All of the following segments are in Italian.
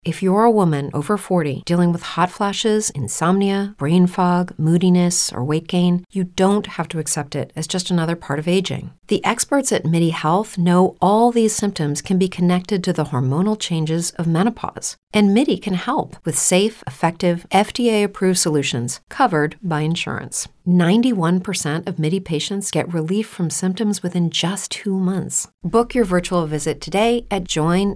If you're a woman over 40 dealing with hot flashes, insomnia, brain fog, moodiness, or weight gain, you don't have to accept it as just another part of aging. The experts at MIDI Health know all these symptoms can be connected to the hormonal changes of menopause. And MIDI can help with safe, effective, FDA-approved solutions covered by insurance. 91% of MIDI patients get relief from symptoms within just 2 months. Book your virtual visit today at joinmidi.com.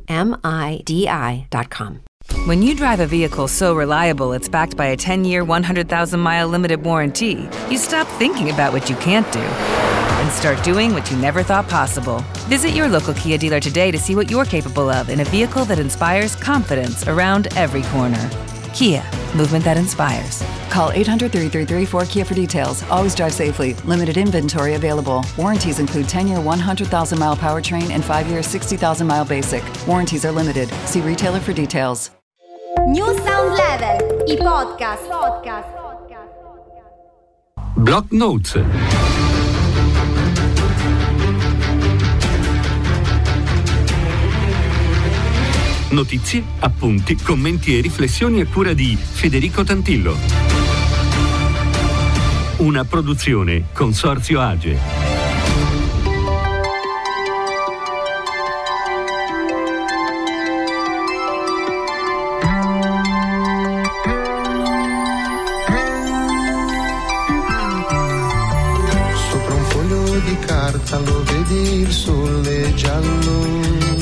When you drive a vehicle so reliable it's backed by a 10-year, 100,000-mile limited warranty, you stop thinking about what you can't do and start doing what you never thought possible. Visit your local Kia dealer today to see what you're capable of in a vehicle that inspires confidence around every corner. Kia, movement that inspires. Call 800-333-4KIA for details. Always drive safely. Limited inventory available. Warranties include 10-year 100,000-mile powertrain and 5-year 60,000-mile basic. Warranties are limited. See retailer for details. New Sound Level, i podcast. Block Notes. Notizie, appunti, commenti e riflessioni a cura di Federico Tantillo. Una produzione Consorzio AGE. Sopra un foglio di carta lo vedi il sole giallo.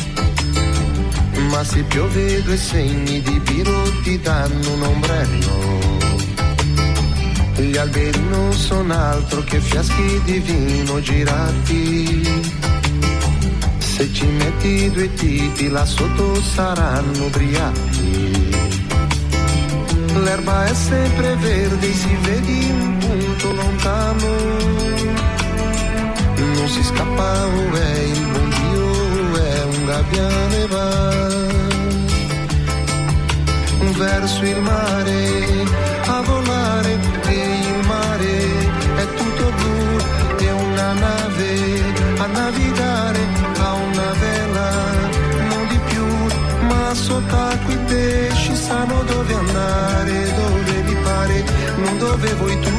Ma se piove 2 segni di biro ti danno un ombrello. Gli alberi non sono altro che fiaschi di vino girati. Se ci metti 2 tipi là sotto saranno ubriachi. L'erba è sempre verde, si vedi un punto lontano. Non si scappa, oh, è il buon Dio, è un gabbiano e va verso il mare a volare, e il mare è tutto blu, e una nave a navigare a una vela, non di più, ma sott'acqua i pesci sanno dove andare, dove vi pare, non dove vuoi tu.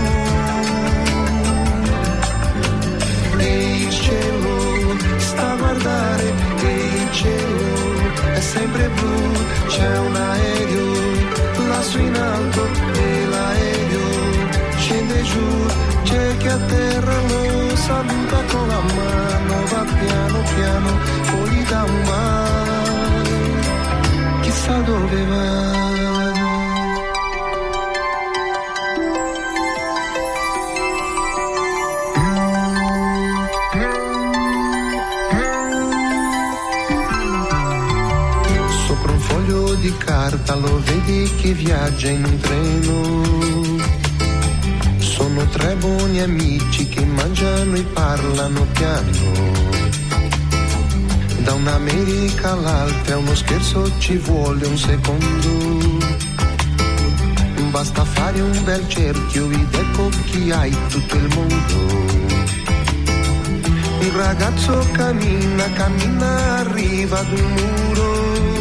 E il cielo sta a guardare, e il cielo è sempre blu, c'è un aereo lassù in alto e l'aereo scende giù, c'è chi a terra lo saluta con la mano, va piano piano, poi gli dà un bacio, chissà dove va. Di carta lo vedi che viaggia in un treno. Sono 3 buoni amici che mangiano e parlano piano. Da un'America all'altra uno scherzo ci vuole un secondo. Basta fare un bel cerchio ed ecco chi hai tutto il mondo. Un ragazzo cammina, arriva ad un muro.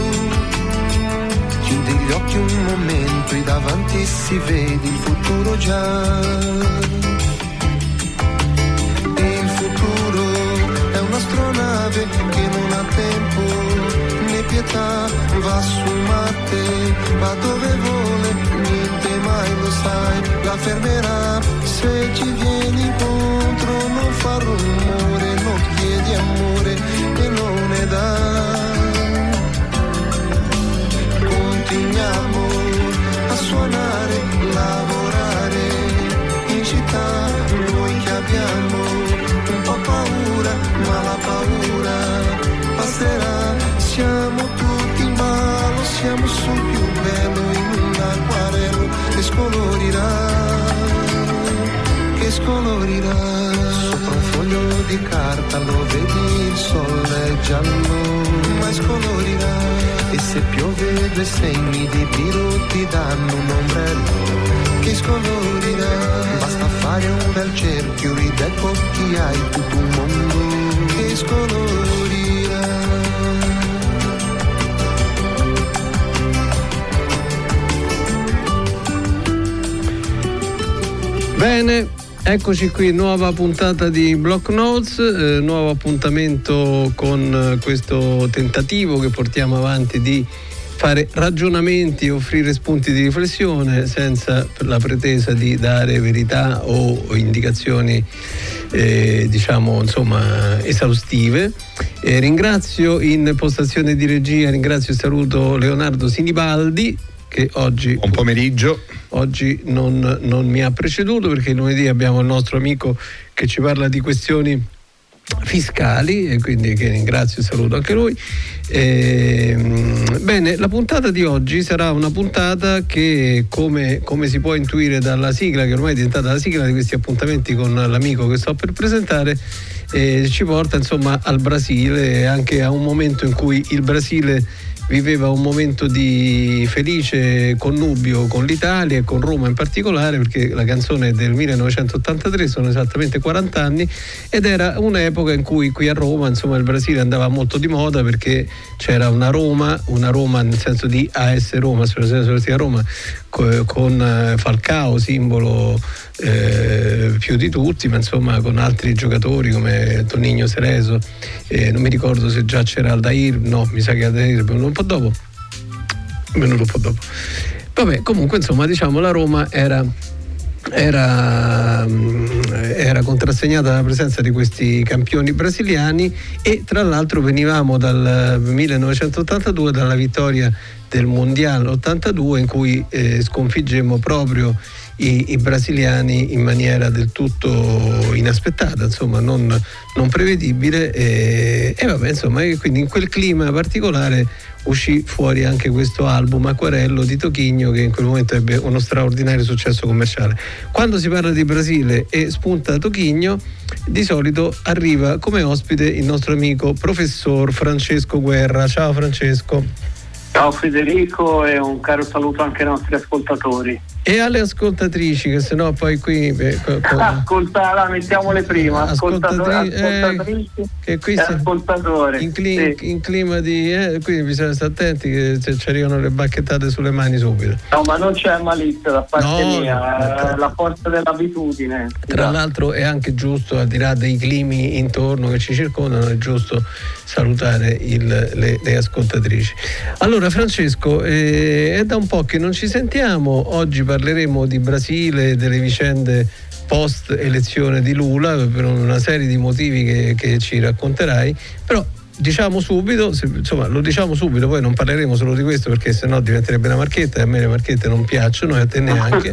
Chiudi gli occhi un momento e davanti si vede il futuro già. E il futuro è un'astronave che non ha tempo né pietà, va su Marte, va dove vuole, niente mai lo sai, la fermerà. Se ci vieni incontro non fa rumore, non chiedi amore e non ne dà. Continuiamo a suonare, lavorare in città, noi che abbiamo un po' paura, ma la paura passerà. Siamo tutti in ballo, siamo sul più bello, in un acquarello che scolorirà, che scolorirà. Sopra un foglio di carta lo vedi il sole giallo, ma scolorirà. E se piove 2 segni di biro ti danno un ombrello che scolorirà. Basta fare un bel cerchio ed ecco chi hai tutto un mondo che scolorirà. Bene, eccoci qui, nuova puntata di Block Notes, nuovo appuntamento con questo tentativo che portiamo avanti di fare ragionamenti, offrire spunti di riflessione senza la pretesa di dare verità o indicazioni esaustive. Ringrazio in postazione di regia, ringrazio e saluto Leonardo Sinibaldi, che oggi, buon pomeriggio, oggi non mi ha preceduto, perché lunedì abbiamo il nostro amico che ci parla di questioni fiscali, e quindi che ringrazio e saluto anche lui. Bene, la puntata di oggi sarà una puntata che, come si può intuire dalla sigla, che ormai è diventata la sigla di questi appuntamenti con l'amico che sto per presentare, ci porta insomma al Brasile, e anche a un momento in cui il Brasile viveva un momento di felice connubio con l'Italia e con Roma in particolare, perché la canzone è del 1983, sono esattamente 40 anni, ed era un'epoca in cui qui a Roma insomma il Brasile andava molto di moda, perché c'era una Roma nel senso di AS Roma, a Roma, con Falcao simbolo più di tutti, ma insomma con altri giocatori come Toninho Cerezo, non mi ricordo se già c'era Aldair, no, mi sa che Aldair è venuto un po' dopo. Vabbè, comunque insomma, diciamo, la Roma era contrassegnata dalla presenza di questi campioni brasiliani, e tra l'altro venivamo dal 1982, dalla vittoria del Mondiale 82, in cui sconfiggemmo proprio i brasiliani in maniera del tutto inaspettata, insomma non prevedibile, e vabbè, insomma, e quindi in quel clima particolare uscì fuori anche questo album Acquarello di Toquinho, che in quel momento ebbe uno straordinario successo commerciale. Quando si parla di Brasile e spunta Toquinho, di solito arriva come ospite il nostro amico professor Francesco Guerra. Ciao Francesco. Ciao Federico, e un caro saluto anche ai nostri ascoltatori. E alle ascoltatrici, che sennò poi qui mettiamole prima, ascoltatrici che qui e ascoltatori. In clima di quindi bisogna stare attenti, che ci arrivano le bacchettate sulle mani subito. No, ma non c'è malizia da parte mia, è la forza dell'abitudine. Tra l'altro è anche giusto, al di là dei climi intorno che ci circondano, è giusto salutare le ascoltatrici. Allora Francesco, è da un po' che non ci sentiamo. Oggi parleremo di Brasile, delle vicende post elezione di Lula, per una serie di motivi che ci racconterai, però diciamo subito, lo diciamo subito, poi non parleremo solo di questo, perché sennò diventerebbe una marchetta, e a me le marchette non piacciono, e a te neanche.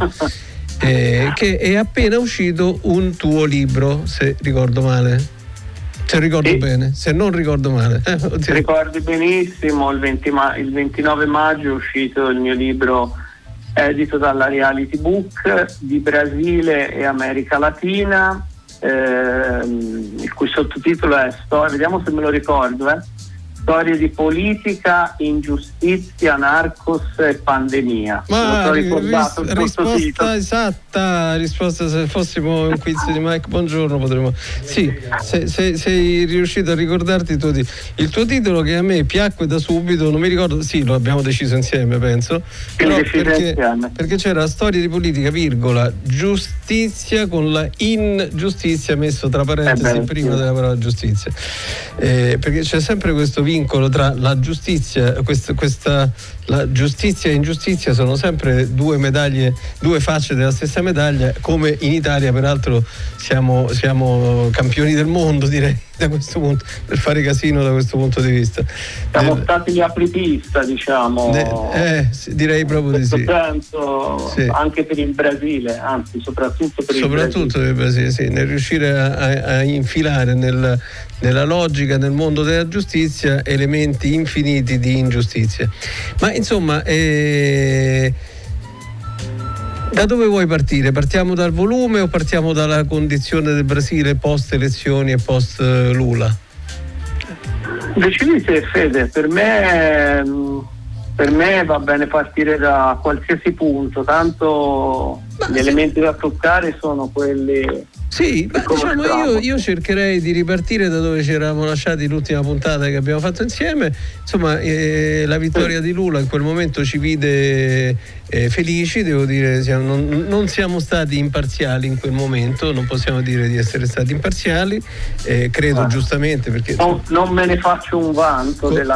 Che è appena uscito un tuo libro, se ricordo male. Se ricordo bene, se non ricordo male. Ti ricordi benissimo, il 29 maggio è uscito il mio libro edito dalla Reality Book di Brasile e America Latina, il cui sottotitolo è vediamo se me lo ricordo, storie di politica, ingiustizia, narcos e pandemia. Ma risposta esatta, se fossimo un quiz di Mike Buongiorno potremmo. Sì, sei riuscito a ricordarti il tuo titolo, che a me piacque da subito, non mi ricordo, sì, lo abbiamo deciso insieme, penso. Però perché c'era storia di politica, virgola, giustizia, con la ingiustizia messo tra parentesi prima della parola giustizia. Perché c'è sempre questo vincolo tra la giustizia, la giustizia e ingiustizia sono sempre due medaglie, due facce della stessa medaglia, come in Italia peraltro siamo campioni del mondo, direi, da questo punto, per fare casino da questo punto di vista. Siamo stati gli apripista, diciamo. Direi proprio di sì. Penso anche per il Brasile, anzi soprattutto per il Brasile, sì, nel riuscire a infilare nella logica, nel mondo della giustizia, elementi infiniti di ingiustizia. Ma insomma, da dove vuoi partire? Partiamo dal volume o partiamo dalla condizione del Brasile post elezioni e post Lula? Decidi te, Fede. Per me va bene partire da qualsiasi punto, tanto gli elementi da toccare sono quelli Sì, diciamo io cercherei di ripartire da dove ci eravamo lasciati l'ultima puntata che abbiamo fatto insieme. Insomma, la vittoria di Lula in quel momento ci vide felici, devo dire, non siamo stati imparziali in quel momento, non possiamo dire di essere stati imparziali, credo giustamente, perché non me ne faccio un vanto della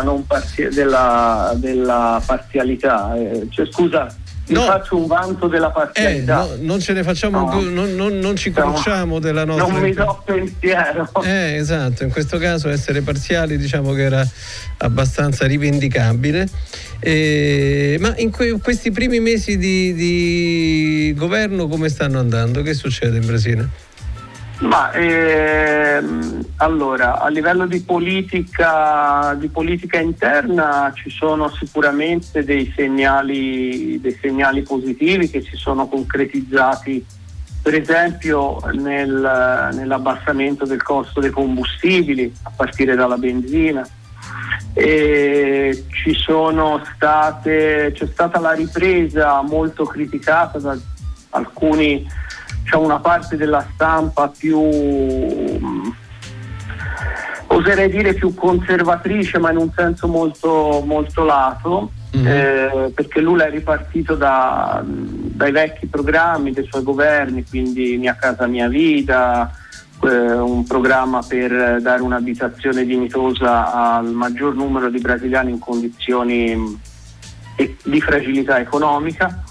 parzialità, cioè, scusa. Faccio un vanto della parzialità. Non ce ne facciamo più, non ci crociamo della nostra. Non mi do pensiero. Esatto, in questo caso essere parziali diciamo che era abbastanza rivendicabile. Ma in questi primi mesi di governo come stanno andando? Che succede in Brasile? Ma allora, a livello di politica interna ci sono sicuramente dei segnali positivi che si sono concretizzati, per esempio nell'abbassamento del costo dei combustibili a partire dalla benzina. C'è stata la ripresa molto criticata da alcuni, una parte della stampa più, oserei dire più conservatrice, ma in un senso molto, molto lato, perché Lula è ripartito dai vecchi programmi dei suoi governi, quindi Mia Casa Mia Vita, un programma per dare un'abitazione dignitosa al maggior numero di brasiliani in condizioni di fragilità economica.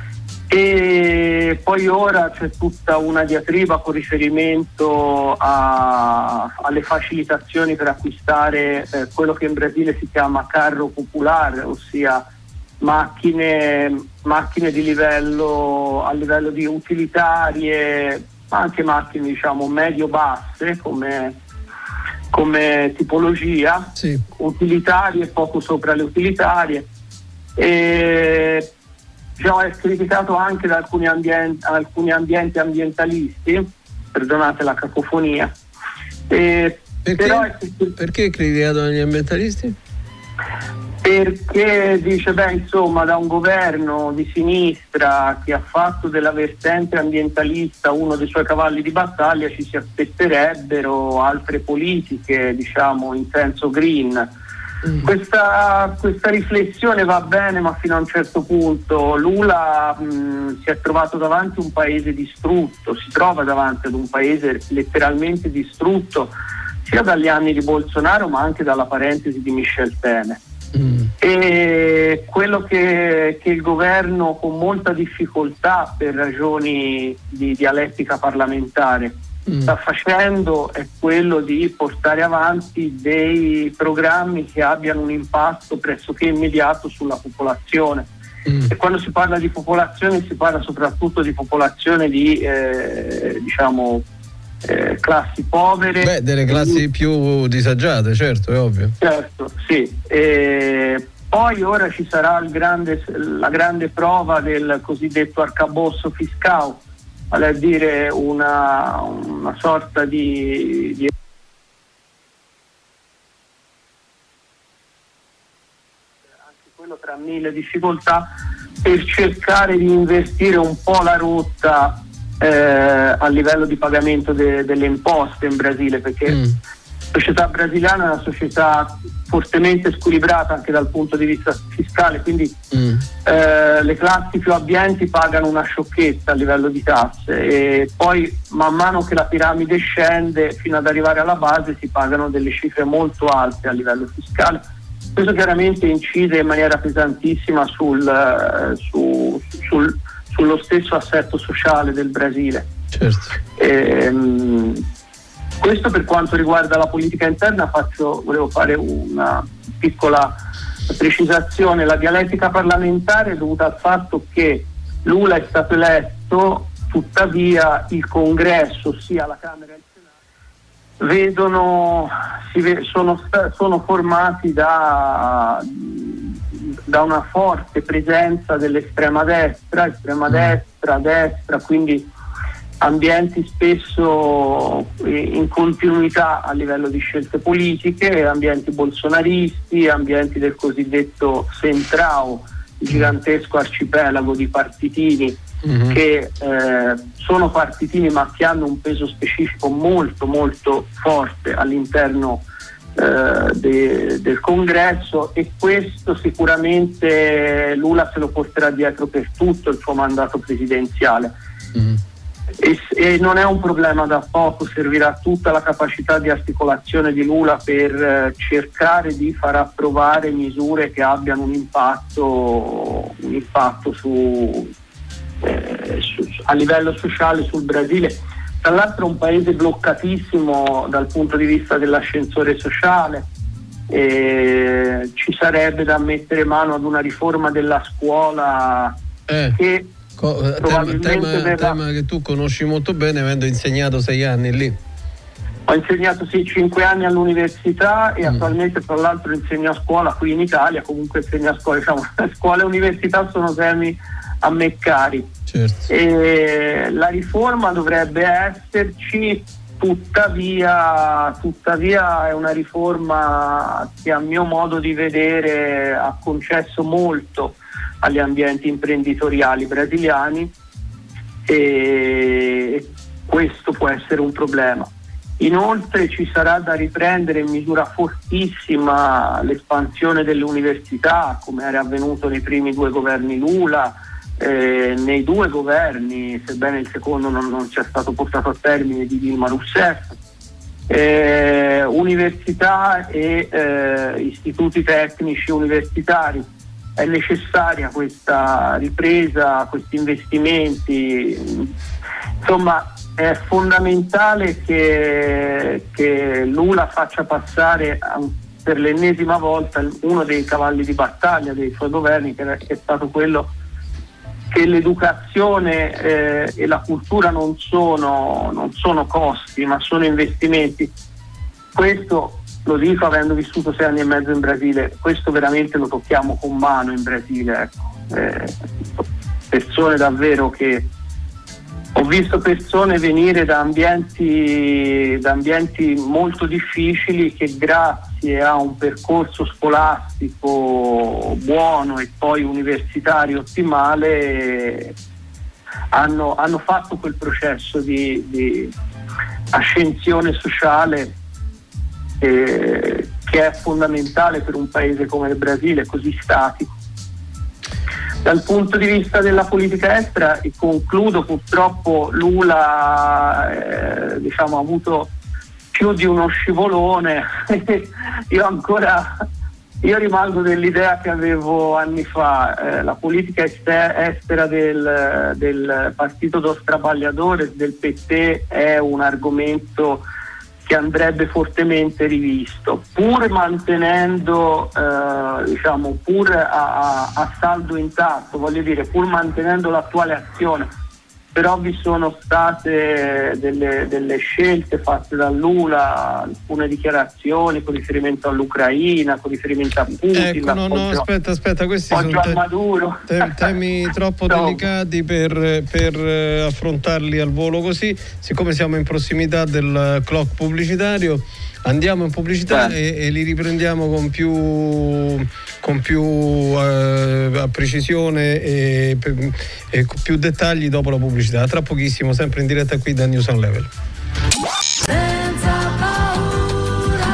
E poi ora c'è tutta una diatriba con riferimento alle facilitazioni per acquistare quello che in Brasile si chiama carro popolare, ossia macchine di livello, a livello di utilitarie, anche macchine diciamo medio-basse come tipologia, sì, utilitarie, poco sopra le utilitarie. È criticato anche da alcuni ambienti ambientalisti, perdonate la cacofonia. Perché è criticato dagli ambientalisti? Perché dice, da un governo di sinistra che ha fatto della vertente ambientalista uno dei suoi cavalli di battaglia, ci si aspetterebbero altre politiche, diciamo, in senso green. Questa riflessione va bene, ma fino a un certo punto. Lula si è trovato davanti a un paese distrutto, si trova davanti ad un paese letteralmente distrutto, sia dagli anni di Bolsonaro ma anche dalla parentesi di Michel Temer. E quello che il governo, con molta difficoltà per ragioni di dialettica parlamentare, sta facendo è quello di portare avanti dei programmi che abbiano un impatto pressoché immediato sulla popolazione. E quando si parla di popolazione si parla soprattutto di popolazione di classi povere, delle classi più disagiate, certo, è ovvio. Certo, sì. Poi ora ci sarà la grande prova del cosiddetto arcabouço fiscale, vale a dire una sorta di anche quello tra mille difficoltà, per cercare di invertire un po' la rotta a livello di pagamento delle imposte in Brasile, perché la società brasiliana è una società fortemente squilibrata anche dal punto di vista fiscale, quindi le classi più abbienti pagano una sciocchezza a livello di tasse, e poi man mano che la piramide scende fino ad arrivare alla base si pagano delle cifre molto alte a livello fiscale. Questo chiaramente incide in maniera pesantissima sullo stesso assetto sociale del Brasile. Certo. Questo per quanto riguarda la politica interna. Volevo fare una piccola precisazione. La dialettica parlamentare è dovuta al fatto che Lula è stato eletto, tuttavia il Congresso, sia la Camera e il Senato, sono formati da una forte presenza dell'estrema destra, destra, quindi ambienti spesso in continuità a livello di scelte politiche, ambienti bolsonaristi, ambienti del cosiddetto centrao, gigantesco arcipelago di partitini che sono partitini ma che hanno un peso specifico molto molto forte all'interno del congresso, e questo sicuramente Lula se lo porterà dietro per tutto il suo mandato presidenziale. E non è un problema da poco, servirà tutta la capacità di articolazione di Lula per cercare di far approvare misure che abbiano un impatto a livello sociale sul Brasile. Tra l'altro è un paese bloccatissimo dal punto di vista dell'ascensore sociale, ci sarebbe da mettere mano ad una riforma della scuola che tema che tu conosci molto bene, avendo insegnato 6 anni lì. Ho insegnato 5 anni all'università e attualmente tra l'altro insegno a scuola qui in Italia, comunque insegno a scuola, diciamo, scuola e università sono temi a me cari. Certo. E la riforma dovrebbe esserci, tuttavia è una riforma che a mio modo di vedere ha concesso molto agli ambienti imprenditoriali brasiliani, e questo può essere un problema. Inoltre ci sarà da riprendere in misura fortissima l'espansione delle università, come era avvenuto nei primi 2 governi Lula, nei 2 governi, sebbene il secondo non sia stato portato a termine, di Dilma Rousseff. Università e istituti tecnici universitari. È necessaria questa ripresa, questi investimenti. Insomma, è fondamentale che Lula faccia passare per l'ennesima volta uno dei cavalli di battaglia dei suoi governi, che è stato quello che l'educazione e la cultura non sono costi, ma sono investimenti. Questo lo dico avendo vissuto 6 anni e mezzo in Brasile, questo veramente lo tocchiamo con mano in Brasile, ecco. Persone davvero che ho visto persone venire da ambienti molto difficili, che grazie a un percorso scolastico buono e poi universitario ottimale hanno fatto quel processo di ascensione sociale che è fondamentale per un paese come il Brasile, così statico. Dal punto di vista della politica estera, e concludo, purtroppo Lula ha avuto più di uno scivolone. Io rimango dell'idea che avevo anni fa. La politica estera del Partito dos Trabalhadores, del PT, è un argomento che andrebbe fortemente rivisto, pur mantenendo pur a saldo intatto, voglio dire, pur mantenendo l'attuale azione. Però vi sono state delle scelte fatte da Lula, alcune dichiarazioni con riferimento all'Ucraina, con riferimento a Putin. Ecco, aspetta, questi sono temi troppo delicati per affrontarli al volo così. Siccome siamo in prossimità del clock pubblicitario, andiamo in pubblicità e li riprendiamo con più precisione e con più dettagli dopo la pubblicità. Tra pochissimo, sempre in diretta qui da New Sound Level. Senza paura,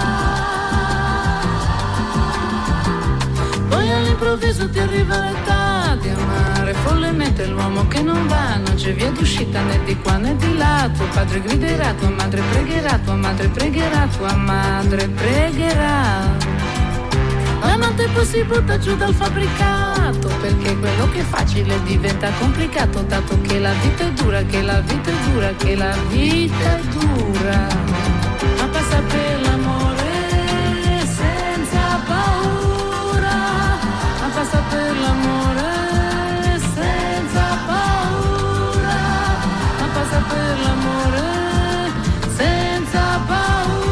poi all'improvviso ti arriva l'età di amare follemente l'uomo che non va, non c'è via d'uscita né di qua né di là. Tuo padre griderà, tua madre pregherà, tua madre pregherà, tua madre pregherà. La notte poi si butta giù dal fabbricato, perché quello che è facile diventa complicato, dato che la vita è dura, che la vita è dura, che la vita è dura. Ma passa per l'amore senza paura, ma passa per l'amore senza paura, ma passa per l'amore senza paura.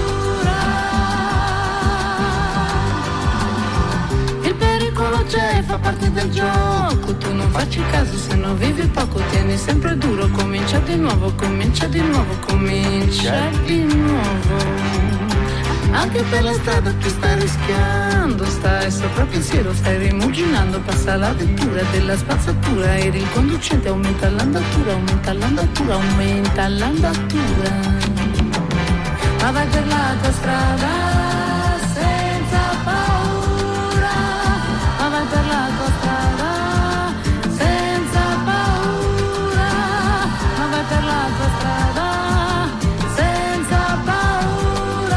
Fa parte del gioco, tu non facci caso se non vivi poco, tieni sempre duro, comincia di nuovo, comincia di nuovo, comincia di nuovo. Anche per la strada tu stai rischiando, stai sopra pensiero, stai rimuginando, passa la vettura della spazzatura, eri il conducente, aumenta l'andatura, aumenta l'andatura, aumenta l'andatura. Ma vai per la tua strada senza paura, ma vai per la tua strada senza paura, ma vai per la tua strada senza paura.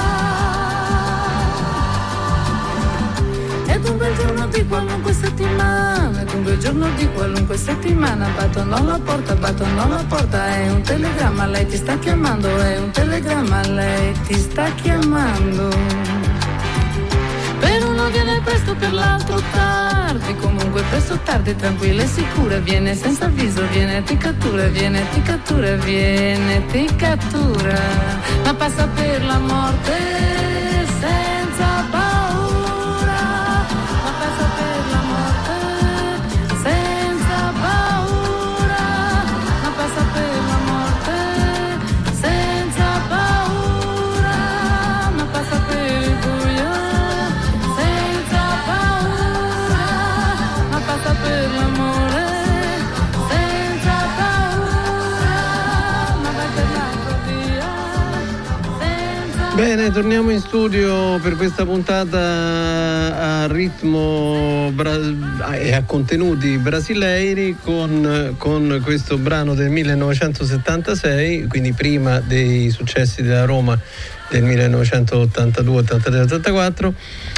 Ed un bel giorno di qualunque settimana, ed un bel giorno di qualunque settimana, battono alla porta, è un telegramma, lei ti sta chiamando, è un telegramma, lei ti sta chiamando. Per uno viene presto, per l'altro tardi, comunque presto tardi, tranquilla e sicura, viene senza avviso, viene ti cattura, viene ti cattura, viene ti cattura, ma passa per la morte senza paura, ma passa per la morte senza paura, ma passa per la morte senza paura, ma passa per il buio senza paura, ma passa per l'amore senza paura, ma vai per la tua via senza. Bene, torniamo in studio per questa puntata a ritmo e a contenuti brasileiri con questo brano del 1976, quindi prima dei successi della Roma del 1982, 83, 84.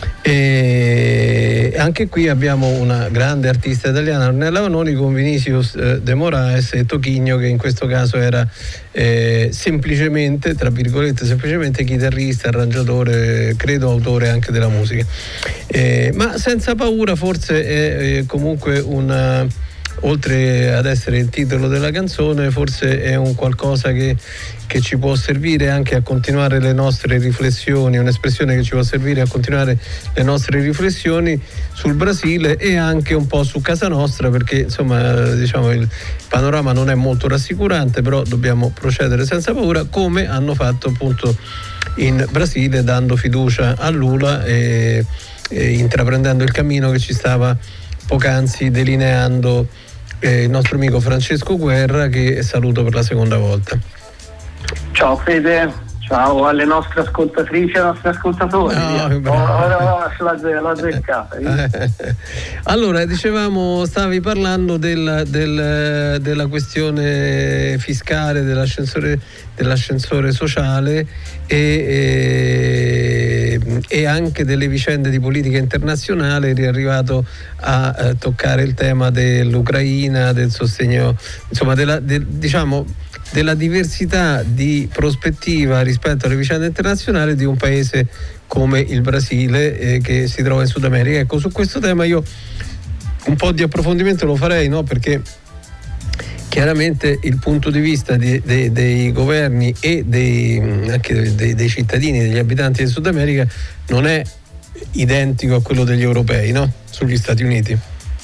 E anche qui abbiamo una grande artista italiana, Ornella Vanoni, con Vinicius de Moraes e Toquinho, che in questo caso era semplicemente, tra virgolette, semplicemente chitarrista, arrangiatore, credo autore anche della musica. Ma senza paura forse è comunque oltre ad essere il titolo della canzone, forse è un qualcosa che ci può servire anche a continuare le nostre riflessioni, un'espressione che ci può servire a continuare le nostre riflessioni sul Brasile e anche un po' su casa nostra, perché insomma diciamo il panorama non è molto rassicurante, però dobbiamo procedere senza paura, come hanno fatto appunto in Brasile, dando fiducia a Lula e intraprendendo il cammino che ci stava poc'anzi delineando il nostro amico Francesco Guerra, che saluto per la seconda volta. Ciao Fede, ciao alle nostre ascoltatrici e ai nostri ascoltatori. Ora l'ho azzeccata. Allora, dicevamo, stavi parlando della questione fiscale, dell'ascensore sociale e anche delle vicende di politica internazionale. Eri arrivato a toccare il tema dell'Ucraina, del sostegno, insomma della diversità di prospettiva rispetto alle vicende internazionali di un paese come il Brasile, che si trova in Sud America. Ecco, su questo tema io un po' di approfondimento lo farei, no? Perché chiaramente il punto di vista dei governi e anche dei cittadini, degli abitanti del Sud America non è identico a quello degli europei, no? Sugli Stati Uniti.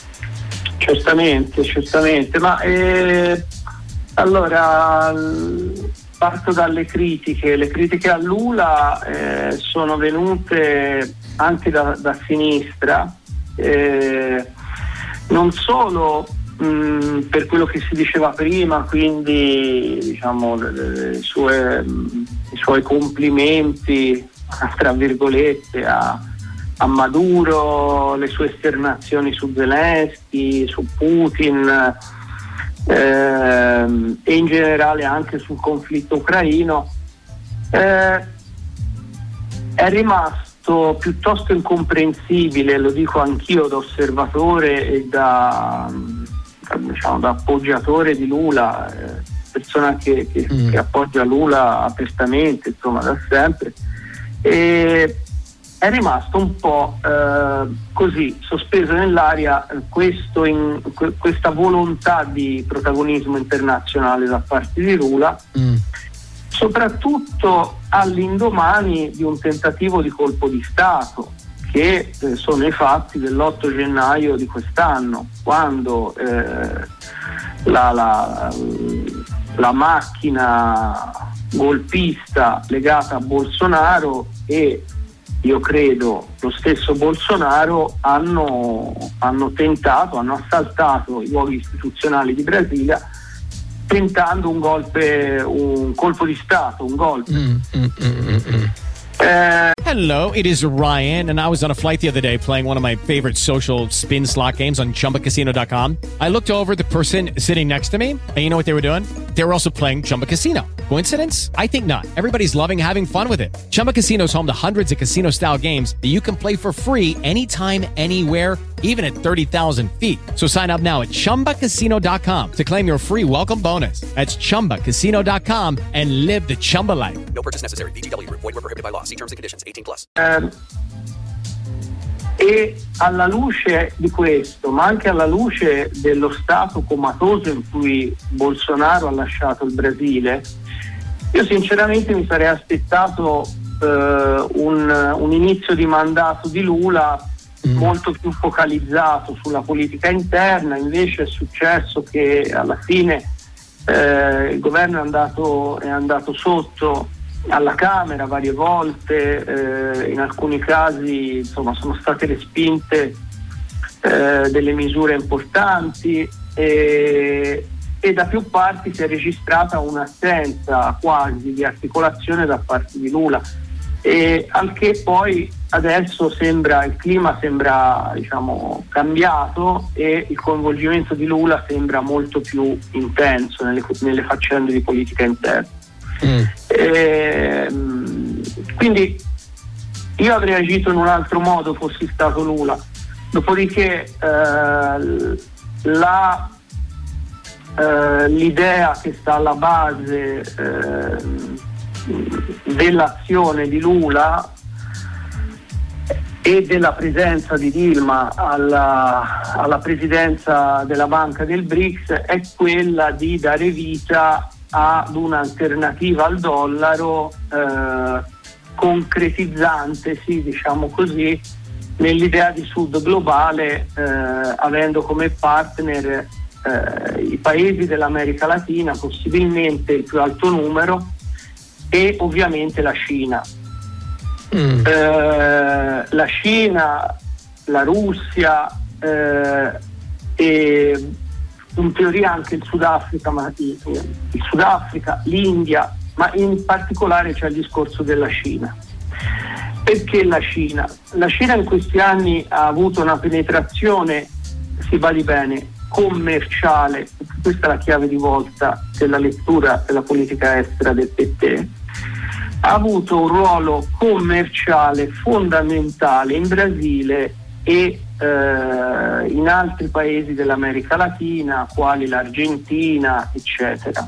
Certamente, ma allora parto dalle critiche. Le critiche a Lula sono venute anche da sinistra, non solo per quello che si diceva prima, quindi diciamo i suoi complimenti tra virgolette a Maduro, le sue esternazioni su Zelensky, su Putin, e in generale anche sul conflitto ucraino, è rimasto piuttosto incomprensibile, lo dico anch'io da osservatore e da appoggiatore di Lula, persona che appoggia Lula apertamente, insomma, da sempre, e è rimasto un po' così sospeso nell'aria questa volontà di protagonismo internazionale da parte di Lula, soprattutto all'indomani di un tentativo di colpo di Stato, che sono i fatti dell'8 gennaio di quest'anno, quando la macchina golpista legata a Bolsonaro e io credo lo stesso Bolsonaro hanno assaltato i luoghi istituzionali di Brasilia tentando un colpo di Stato, un golpe. Hello, it is Ryan, and I was on a flight the other day playing one of my favorite social spin slot games on ChumbaCasino.com. I looked over at the person sitting next to me, and you know what they were doing? They were also playing Chumba Casino. Coincidence? I think not. Everybody's loving having fun with it. Chumba Casino is home to hundreds of casino-style games that you can play for free anytime, anywhere, even at 30,000 feet. So sign up now at ChumbaCasino.com to claim your free welcome bonus. That's ChumbaCasino.com and live the Chumba life. No purchase necessary. VGW. Void where prohibited by law. See terms and conditions. 18+. E alla luce di questo, ma anche alla luce dello stato comatoso in cui Bolsonaro ha lasciato il Brasile, io sinceramente mi sarei aspettato un inizio di mandato di Lula molto più focalizzato sulla politica interna. Invece è successo che alla fine il governo è andato sotto alla Camera varie volte, in alcuni casi insomma sono state respinte delle misure importanti e da più parti si è registrata un'assenza quasi di articolazione da parte di Lula, e al che poi adesso il clima sembra cambiato e il coinvolgimento di Lula sembra molto più intenso nelle faccende di politica interna. Quindi io avrei agito in un altro modo fossi stato Lula. Dopodiché l'idea che sta alla base dell'azione di Lula e della presenza di Dilma alla presidenza della Banca del BRICS è quella di dare vita ad un'alternativa al dollaro concretizzantesi, diciamo così, nell'idea di Sud globale, avendo come partner i paesi dell'America Latina, possibilmente il più alto numero, e ovviamente la Cina. La Cina, la Russia e in teoria anche il Sudafrica, l'India, ma in particolare c'è il discorso della Cina. Perché la Cina? La Cina in questi anni ha avuto una penetrazione, si badi bene, commerciale, questa è la chiave di volta della lettura della politica estera del PT, ha avuto un ruolo commerciale fondamentale in Brasile e in altri paesi dell'America Latina, quali l'Argentina, eccetera.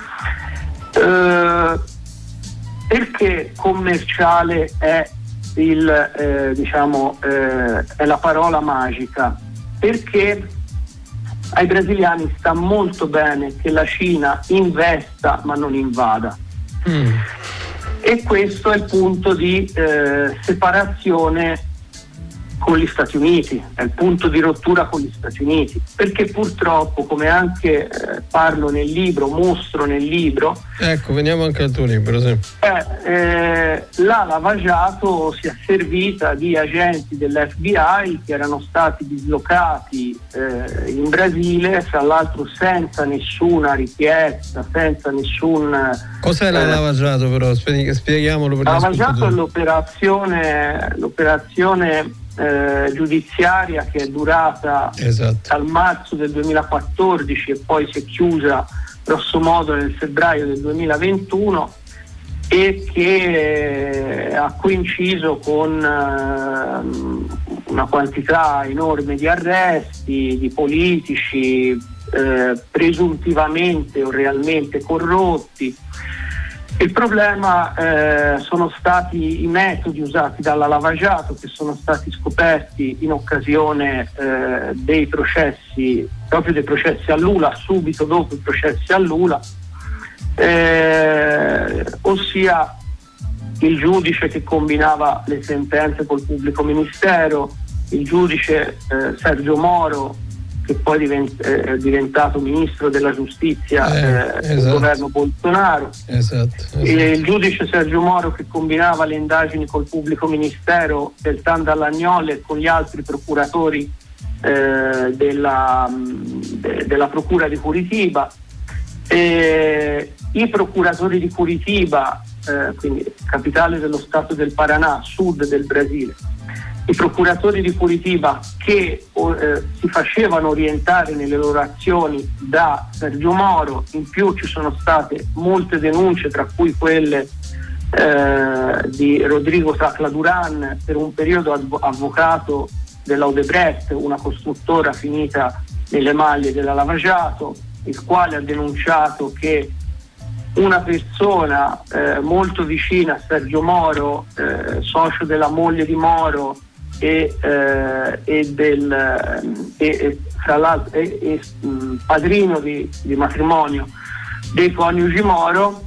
Perché commerciale è è la parola magica? Perché ai brasiliani sta molto bene che la Cina investa ma non invada. E questo è il punto di separazione con gli Stati Uniti, è il punto di rottura con gli Stati Uniti, perché purtroppo, come anche parlo nel libro, mostro nel libro, ecco, veniamo anche al tuo libro, sì. La Lava Jato si è servita di agenti dell'FBI che erano stati dislocati in Brasile, fra l'altro senza nessuna richiesta, senza nessun... Cos'è la Lava Jato però? Spieghiamolo per la Lava Jato è l'operazione giudiziaria che è durata dal marzo del 2014 e poi si è chiusa grosso modo nel febbraio del 2021 e che ha coinciso con una quantità enorme di arresti di politici presuntivamente o realmente corrotti. Il problema sono stati i metodi usati dalla Lava Jato, che sono stati scoperti in occasione dei processi a Lula, subito dopo i processi a Lula, ossia il giudice che combinava le sentenze col pubblico ministero, il giudice Sergio Moro che poi è diventato ministro della giustizia del governo Bolsonaro. Esatto. Il giudice Sergio Moro, che combinava le indagini col pubblico ministero del TAN Dall'Agnol e con gli altri procuratori della procura di Curitiba. I procuratori di Curitiba, quindi capitale dello stato del Paraná, sud del Brasile, i procuratori di Curitiba che si facevano orientare nelle loro azioni da Sergio Moro. In più ci sono state molte denunce, tra cui quelle di Rodrigo Tacla Duran, per un periodo avvocato della Odebrecht, una costruttora finita nelle maglie della Lava Jato, il quale ha denunciato che una persona molto vicina a Sergio Moro, socio della moglie di Moro e fra l'altro padrino di matrimonio dei coniugi Moro,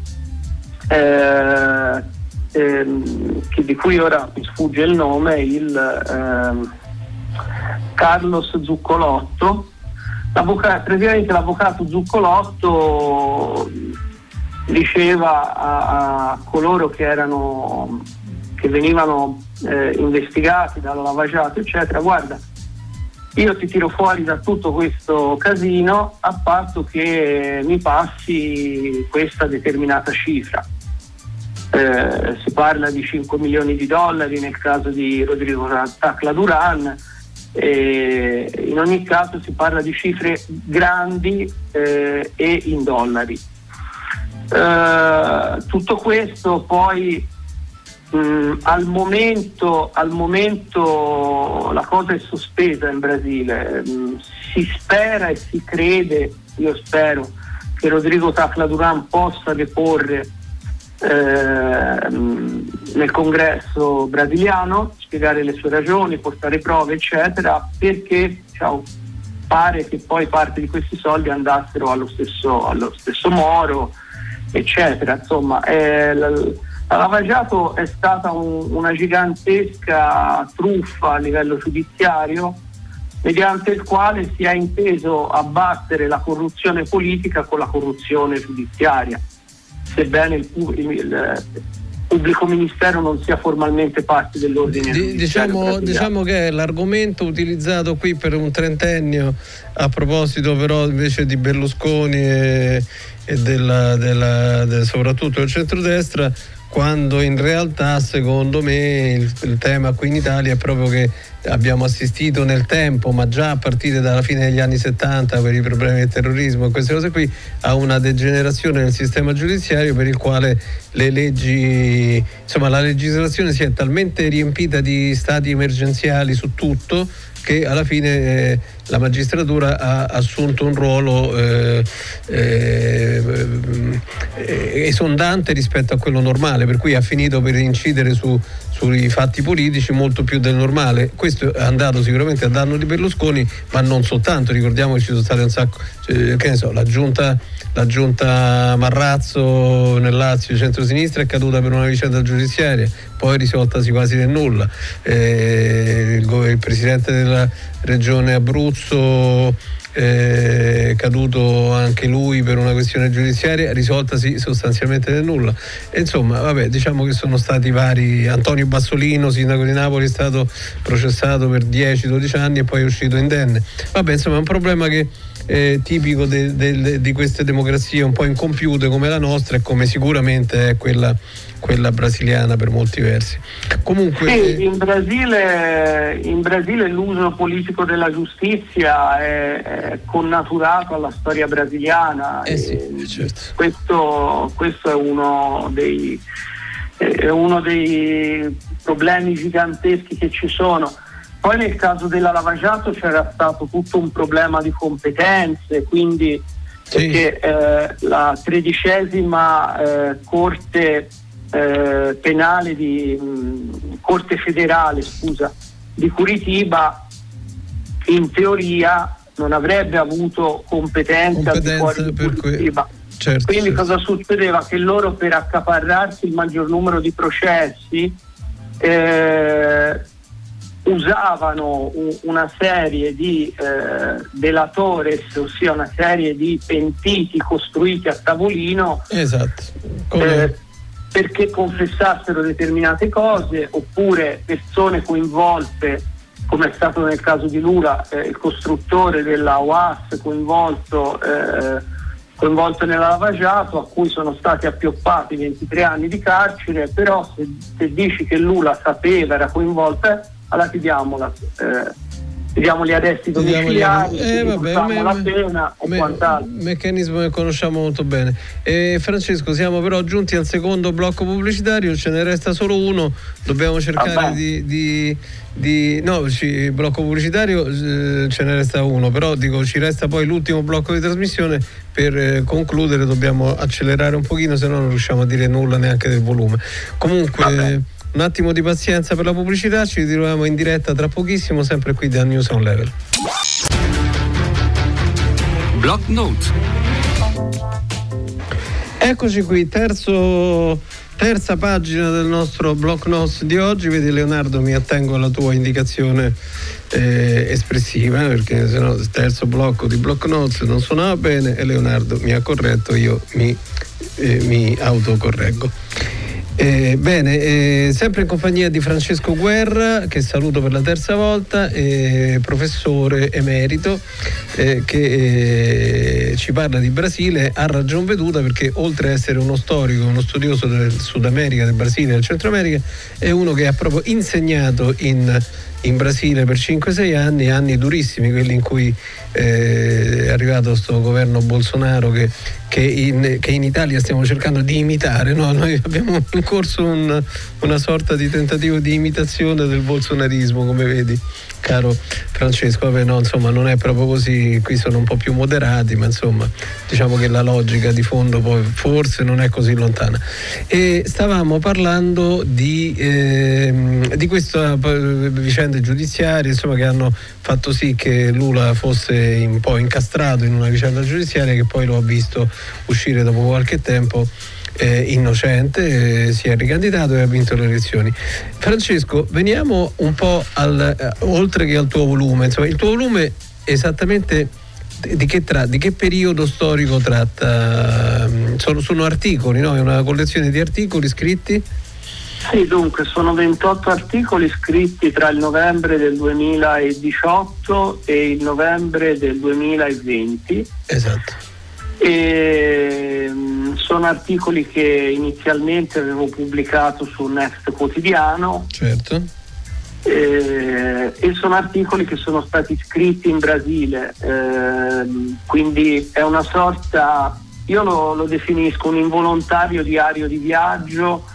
di cui ora mi sfugge il nome, il Carlos Zuccolotto. Praticamente l'avvocato Zuccolotto diceva a coloro che venivano investigati dalla Lava Jato, eccetera: guarda, io ti tiro fuori da tutto questo casino a patto che mi passi questa determinata cifra. Si parla di $5 milioni nel caso di Rodrigo Tacla Duran, e in ogni caso si parla di cifre grandi e in dollari. Tutto questo poi al momento la cosa è sospesa in Brasile. Si spera e si crede, io spero, che Rodrigo Tacla Duran possa deporre nel congresso brasiliano, spiegare le sue ragioni, portare prove, eccetera, perché pare che poi parte di questi soldi andassero allo stesso Moro, eccetera. Insomma, la Lava Jato è stata una gigantesca truffa a livello giudiziario, mediante il quale si è inteso abbattere la corruzione politica con la corruzione giudiziaria, sebbene il pubblico ministero non sia formalmente parte dell'ordine giudiziario. Diciamo che è l'argomento utilizzato qui per un trentennio, a proposito però invece di Berlusconi e soprattutto del centrodestra, quando in realtà secondo me il tema qui in Italia è proprio che abbiamo assistito nel tempo, ma già a partire dalla fine degli anni 70, per i problemi del terrorismo e queste cose qui, a una degenerazione del sistema giudiziario per il quale le leggi, insomma la legislazione si è talmente riempita di stati emergenziali su tutto che alla fine la magistratura ha assunto un ruolo esondante rispetto a quello normale, per cui ha finito per incidere sui fatti politici molto più del normale. Questo è andato sicuramente a danno di Berlusconi, ma non soltanto. Ricordiamo che ci sono state un sacco, che ne so, la giunta Marrazzo nel Lazio, centrosinistra, è caduta per una vicenda giudiziaria, poi risoltasi quasi nel nulla. Il presidente della regione Abruzzo caduto anche lui per una questione giudiziaria, risoltasi sostanzialmente nel nulla. E insomma, vabbè, diciamo che sono stati vari. Antonio Bassolino, sindaco di Napoli, è stato processato per 10-12 anni e poi è uscito indenne. Vabbè, insomma, è un problema che è tipico di queste democrazie un po' incompiute come la nostra, e come sicuramente è quella brasiliana per molti versi. Comunque sì, in Brasile l'uso politico della giustizia è connaturato alla storia brasiliana. Sì, certo. Questo è uno dei problemi giganteschi che ci sono. Poi nel caso della Lava Jato c'era stato tutto un problema di competenze, quindi sì, perché la 13ª Corte penale Corte federale di Curitiba in teoria non avrebbe avuto competenze al di fuori di Curitiba. Certo, quindi certo. Cosa succedeva? Che loro, per accaparrarsi il maggior numero di processi, usavano una serie di delatores, ossia una serie di pentiti costruiti a tavolino, esatto, perché confessassero determinate cose, oppure persone coinvolte, come è stato nel caso di Lula, il costruttore della OAS coinvolto nella lavagiato, a cui sono stati appioppati 23 anni di carcere. Però se dici che Lula sapeva, era coinvolto, allora ti diamo gli arresti domiciliari, la pena o quant'altro. Meccanismo che conosciamo molto bene. Francesco, siamo però giunti al secondo blocco pubblicitario, ce ne resta solo uno, dobbiamo cercare blocco pubblicitario ce ne resta uno, però dico ci resta poi l'ultimo blocco di trasmissione. Per concludere dobbiamo accelerare un pochino, se no non riusciamo a dire nulla neanche del volume. Comunque un attimo di pazienza per la pubblicità, ci ritroviamo in diretta tra pochissimo, sempre qui da New Sound Level. Block Notes. Eccoci qui, terza pagina del nostro Block Notes di oggi. Vedi Leonardo, mi attengo alla tua indicazione espressiva, perché sennò il terzo blocco di Block Notes non suonava bene e Leonardo mi ha corretto, io mi autocorreggo. Sempre in compagnia di Francesco Guerra, che saluto per la terza volta, professore emerito, che ci parla di Brasile a ragion veduta, perché oltre a essere uno storico, uno studioso del Sud America, del Brasile e del Centro America, è uno che ha proprio insegnato in Brasile per 5-6 anni durissimi, quelli in cui è arrivato questo governo Bolsonaro che in Italia stiamo cercando di imitare, no? Noi abbiamo in corso una sorta di tentativo di imitazione del bolsonarismo, come vedi, caro Francesco. Insomma, non è proprio così, qui sono un po' più moderati, ma insomma diciamo che la logica di fondo poi forse non è così lontana. E stavamo parlando di questa vicende giudiziarie, insomma, che hanno fatto sì che Lula fosse un po' incastrato in una vicenda giudiziaria che poi lo ha visto uscire dopo qualche tempo innocente, si è ricandidato e ha vinto le elezioni. Francesco, veniamo un po' oltre che al tuo volume, insomma, il tuo volume esattamente di che periodo storico tratta? Sono articoli, no? È una collezione di articoli scritti? Sì, dunque sono 28 articoli scritti tra il novembre del 2018 e il novembre del 2020. Esatto. E sono articoli che inizialmente avevo pubblicato su Next Quotidiano. Certo. E sono articoli che sono stati scritti in Brasile, quindi è una sorta, io lo definisco un involontario diario di viaggio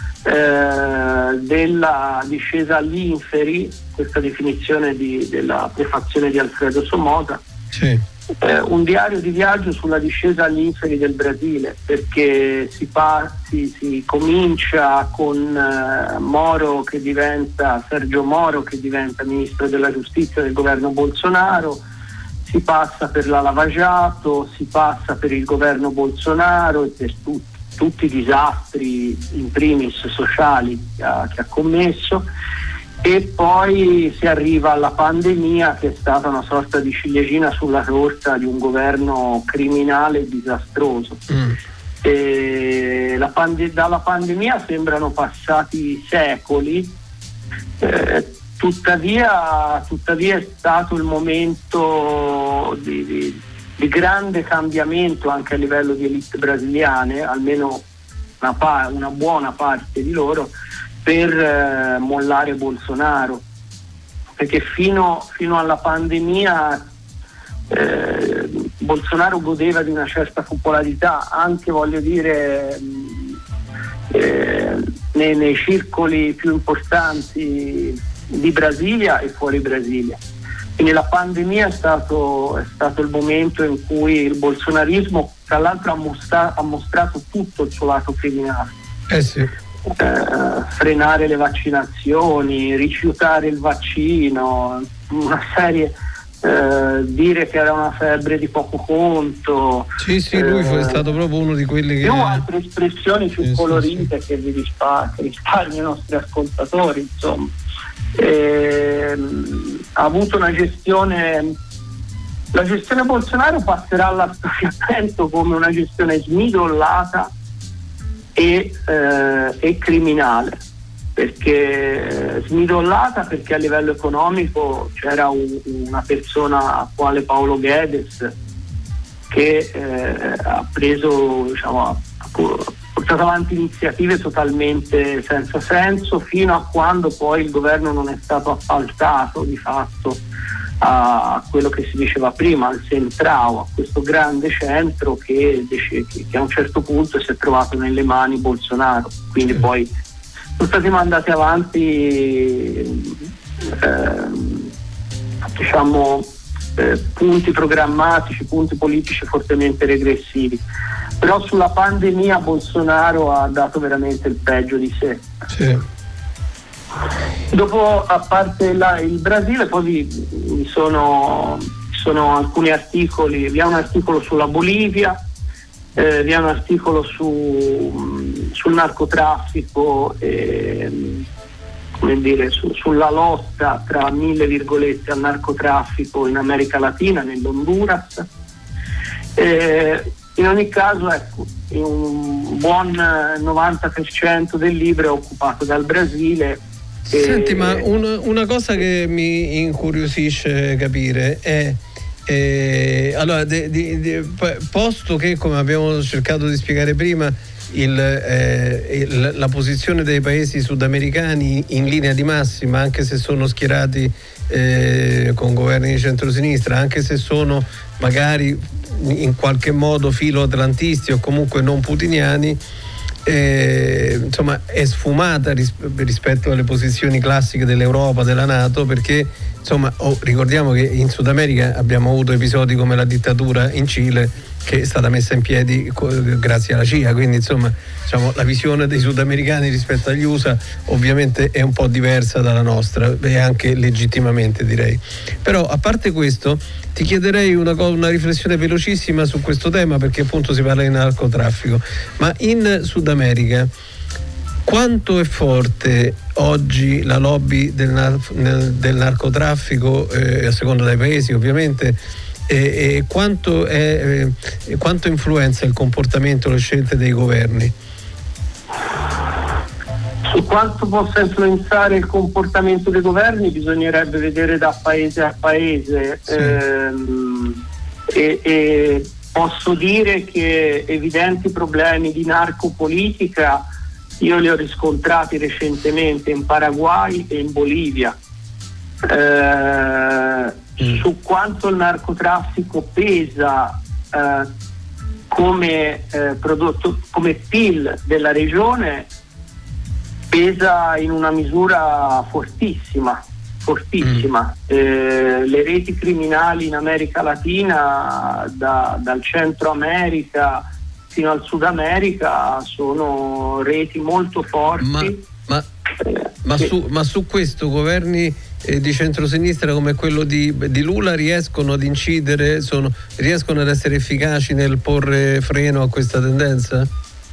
della discesa all'Inferi, questa definizione della prefazione di Alfredo Somoza. Sì. Un diario di viaggio sulla discesa all'Inferi del Brasile, perché si comincia con Sergio Moro che diventa ministro della giustizia del governo Bolsonaro, si passa per la Lava Jato, si passa per il governo Bolsonaro e per tutti i disastri in primis sociali che ha commesso, e poi si arriva alla pandemia, che è stata una sorta di ciliegina sulla torta di un governo criminale e disastroso. E dalla pandemia sembrano passati secoli, tuttavia è stato il momento di grande cambiamento anche a livello di elite brasiliane, almeno una buona parte di loro, per mollare Bolsonaro, perché fino alla pandemia Bolsonaro godeva di una certa popolarità, anche nei circoli più importanti di Brasilia e fuori Brasilia. Quindi la pandemia è stato il momento in cui il bolsonarismo, tra l'altro, ha mostrato tutto il suo lato criminale. Sì. Frenare le vaccinazioni, rifiutare il vaccino, una serie, dire che era una febbre di poco conto. Sì, lui è stato proprio uno di quelli che... Più altre espressioni più colorite. Che risparmio ai nostri ascoltatori, insomma. ha avuto una gestione. La gestione Bolsonaro passerà alla storia, penso, come una gestione smidollata e criminale, perché smidollata perché a livello economico c'era una persona quale Paolo Guedes che ha preso, ha portato avanti iniziative totalmente senza senso, fino a quando poi il governo non è stato appaltato di fatto a quello che si diceva prima, al Centrao, a questo grande centro che a un certo punto si è trovato nelle mani Bolsonaro. Quindi poi sono stati mandati avanti punti programmatici, punti politici fortemente regressivi. Però sulla pandemia Bolsonaro ha dato veramente il peggio di sé. Sì. Dopo, a parte il Brasile, poi vi sono alcuni articoli. Vi è un articolo sulla Bolivia, vi è un articolo sul narcotraffico, sulla lotta tra 1000 virgolette al narcotraffico in America Latina, nell'Honduras. In ogni caso, ecco, un buon 90% del libro è occupato dal Brasile. Senti, ma una cosa che mi incuriosisce capire è allora, posto che, come abbiamo cercato di spiegare prima, la posizione dei paesi sudamericani in linea di massima, anche se sono schierati con governi di centrosinistra, anche se sono magari in qualche modo filo-atlantisti o comunque non putiniani, insomma è sfumata rispetto alle posizioni classiche dell'Europa, della NATO, perché insomma ricordiamo che in Sud America abbiamo avuto episodi come la dittatura in Cile, che è stata messa in piedi grazie alla CIA, quindi insomma diciamo, la visione dei sudamericani rispetto agli USA ovviamente è un po' diversa dalla nostra, e anche legittimamente, direi. Però a parte questo ti chiederei una riflessione velocissima su questo tema, perché appunto si parla di narcotraffico, ma in Sud America quanto è forte oggi la lobby del narcotraffico, a seconda dei paesi ovviamente, e quanto influenza il comportamento e le scelte dei governi? Su quanto possa influenzare il comportamento dei governi bisognerebbe vedere da paese a paese. Sì. E posso dire che evidenti problemi di narcopolitica io li ho riscontrati recentemente in Paraguay e in Bolivia. Su quanto il narcotraffico pesa come prodotto, come PIL della regione, pesa in una misura fortissima. Le reti criminali in America Latina, dal Centro America fino al Sud America, sono reti molto forti. Ma su questo governi di centrosinistra come quello di Lula riescono ad incidere, riescono ad essere efficaci nel porre freno a questa tendenza?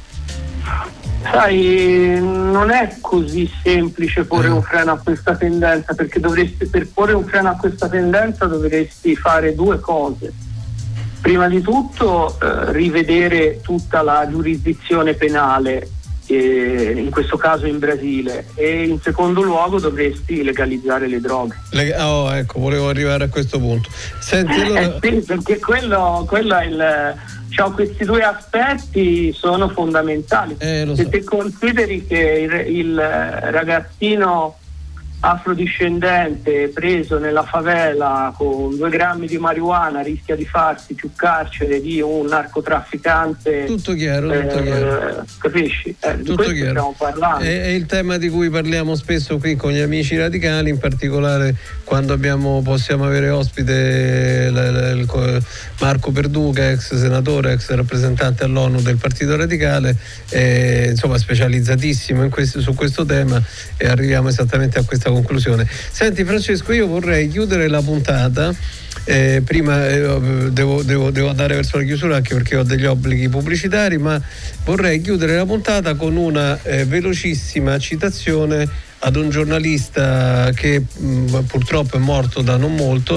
Sai, non è così semplice porre un freno a questa tendenza, perché per porre un freno a questa tendenza dovresti fare due cose. Prima di tutto rivedere tutta la giurisdizione penale, in questo caso in Brasile, e in secondo luogo dovresti legalizzare le droghe. Ecco, volevo arrivare a questo punto. Senti, allora... sì, perché quello è questi due aspetti sono fondamentali. Se ti consideri che il ragazzino afrodiscendente preso nella favela con 2 grammi di marijuana rischia di farsi più carcere di un narcotrafficante. Tutto chiaro. Capisci? Di questo stiamo parlando. È il tema di cui parliamo spesso qui con gli amici radicali, in particolare quando possiamo avere ospite Marco Perduca, ex senatore, ex rappresentante all'ONU del Partito Radicale, insomma specializzatissimo su questo tema, e arriviamo esattamente a questa conclusione. Senti Francesco, io vorrei chiudere la puntata, prima devo andare verso la chiusura anche perché ho degli obblighi pubblicitari, ma vorrei chiudere la puntata con una velocissima citazione ad un giornalista che purtroppo è morto da non molto,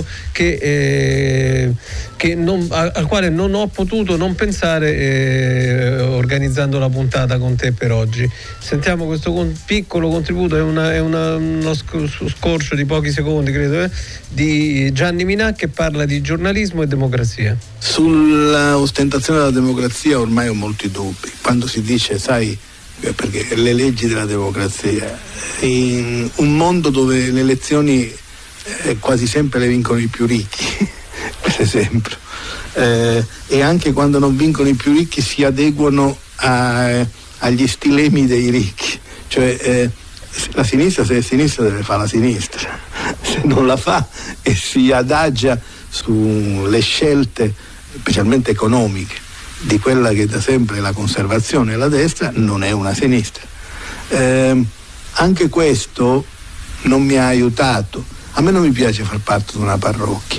al quale non ho potuto non pensare organizzando la puntata con te per oggi. Sentiamo questo piccolo contributo, è uno scorcio di pochi secondi, credo, di Gianni Minà, che parla di giornalismo e democrazia. Sulla ostentazione della democrazia ormai ho molti dubbi. Quando si dice, sai, perché le leggi della democrazia, in un mondo dove le elezioni quasi sempre le vincono i più ricchi, per esempio, e anche quando non vincono i più ricchi si adeguano agli stilemi dei ricchi, cioè la sinistra, se è sinistra deve fare la sinistra, se non la fa e si adagia sulle scelte specialmente economiche di quella che da sempre è la conservazione e la destra, non è una sinistra. Anche questo non mi ha aiutato. A me non mi piace far parte di una parrocchia.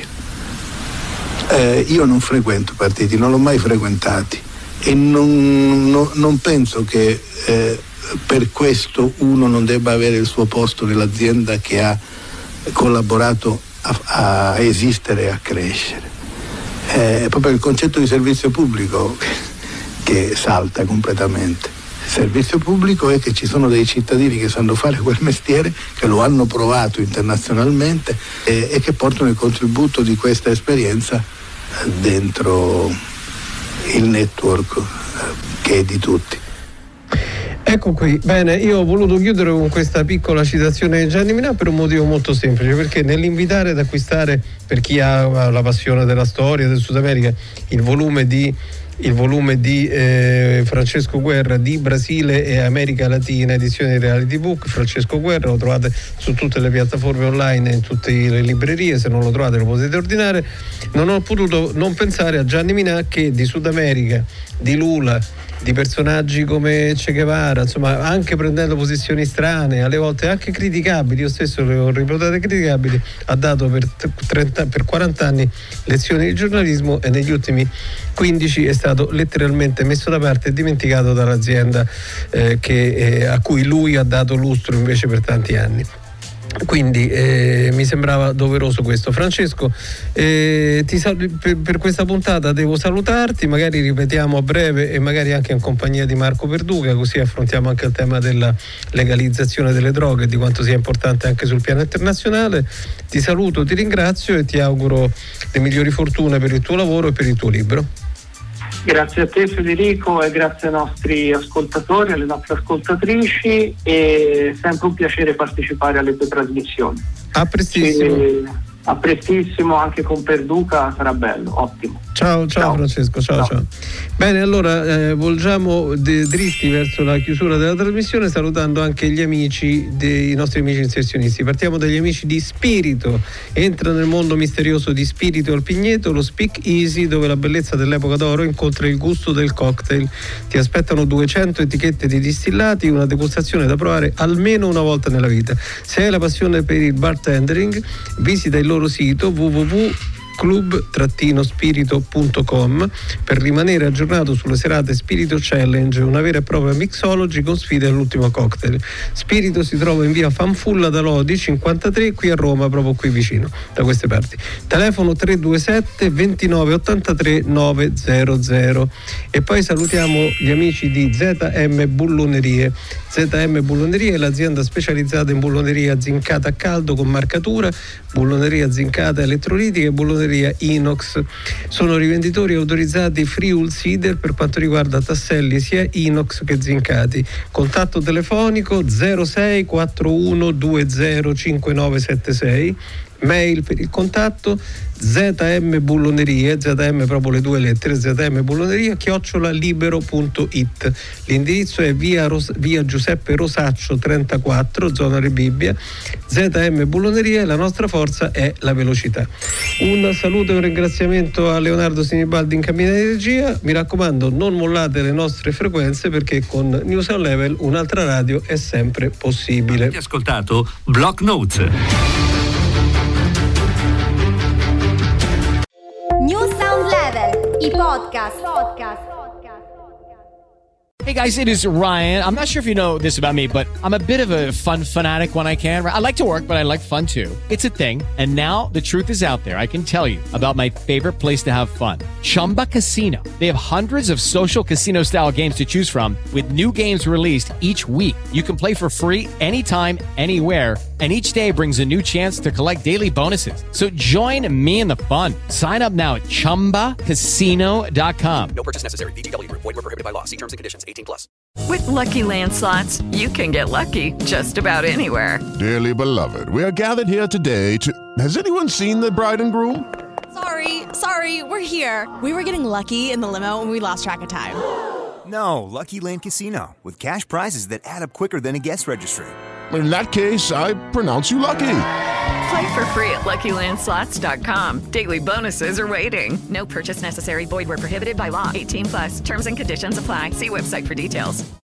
Io non frequento partiti, non l'ho mai frequentati e non penso che per questo uno non debba avere il suo posto nell'azienda che ha collaborato a esistere e a crescere. È proprio il concetto di servizio pubblico che salta completamente. Il servizio pubblico è che ci sono dei cittadini che sanno fare quel mestiere, che lo hanno provato internazionalmente e che portano il contributo di questa esperienza dentro il network che è di tutti. Ecco qui, bene, io ho voluto chiudere con questa piccola citazione di Gianni Minà per un motivo molto semplice, perché nell'invitare ad acquistare, per chi ha la passione della storia del Sud America, il volume di Francesco Guerra di Brasile e America Latina, edizione di Reality Book, Francesco Guerra, lo trovate su tutte le piattaforme online e in tutte le librerie, se non lo trovate lo potete ordinare. Non ho potuto non pensare a Gianni Minà, che di Sud America, di Lula, di personaggi come Che Guevara, insomma, anche prendendo posizioni strane, alle volte anche criticabili, io stesso le ho riputate criticabili, ha dato per 40 anni lezioni di giornalismo e negli ultimi 15 è stato letteralmente messo da parte e dimenticato dall'azienda a cui lui ha dato lustro invece per tanti anni. Quindi mi sembrava doveroso questo. Francesco, per questa puntata devo salutarti, magari ripetiamo a breve e magari anche in compagnia di Marco Perduca, così affrontiamo anche il tema della legalizzazione delle droghe e di quanto sia importante anche sul piano internazionale. Ti saluto, ti ringrazio e ti auguro le migliori fortune per il tuo lavoro e per il tuo libro. Grazie a te Federico e grazie ai nostri ascoltatori, alle nostre ascoltatrici, e sempre un piacere partecipare alle tue trasmissioni. A prestissimo. A prestissimo, anche con Perduca sarà bello, ottimo. Ciao Francesco, ciao. Bene, allora volgiamo dritti verso la chiusura della trasmissione, salutando anche gli amici, i nostri amici inserzionisti. Partiamo dagli amici di Spirito. Entra nel mondo misterioso di Spirito al Pigneto, lo Speak Easy, dove la bellezza dell'epoca d'oro incontra il gusto del cocktail. Ti aspettano 200 etichette di distillati, una degustazione da provare almeno una volta nella vita. Se hai la passione per il bartendering, visita il loro sito www.club-spirito.com per rimanere aggiornato sulle serate Spirito Challenge, una vera e propria mixology con sfide all'ultimo cocktail. Spirito si trova in via Fanfulla da Lodi 53, qui a Roma, proprio qui vicino, da queste parti. Telefono 327 29 83 900. E poi salutiamo gli amici di ZM Bullonerie. ZM Bullonerie è l'azienda specializzata in bulloneria zincata a caldo con marcatura, bulloneria zincata elettrolitica e bulloneria inox. Sono rivenditori autorizzati Friul Sider per quanto riguarda tasselli sia inox che zincati. Contatto telefonico 06 41 20 5976. Mail per il contatto zmbullonerie, zm proprio le due lettere, zmbulloneria @libero.it. L'indirizzo è via Giuseppe Rosaccio 34, zona Rebibbia. ZM Bulloneria, la nostra forza è la velocità. Un saluto e un ringraziamento a Leonardo Sinibaldi in cabina di regia. Mi raccomando, non mollate le nostre frequenze, perché con New Sound Level un'altra radio è sempre possibile. Avete ascoltato Block Notes. New Sound Level, i podcast. Hey guys, it is Ryan. I'm not sure if you know this about me, but I'm a bit of a fun fanatic when I can. I like to work, but I like fun too. It's a thing. And now the truth is out there. I can tell you about my favorite place to have fun. Chumba Casino. They have hundreds of social casino style games to choose from with new games released each week. You can play for free anytime, anywhere. And each day brings a new chance to collect daily bonuses. So join me in the fun. Sign up now at ChumbaCasino.com. No purchase necessary. VGW Group. Void where prohibited by law. See terms and conditions. 18+. With Lucky Land Slots, you can get lucky just about anywhere. Dearly beloved, we are gathered here today to... Has anyone seen the bride and groom? Sorry, we're here. We were getting lucky in the limo and we lost track of time. No, Lucky Land Casino, with cash prizes that add up quicker than a guest registry. In that case, I pronounce you lucky. Play for free at LuckyLandSlots.com. Daily bonuses are waiting. No purchase necessary. Void where prohibited by law. 18+. Terms and conditions apply. See website for details.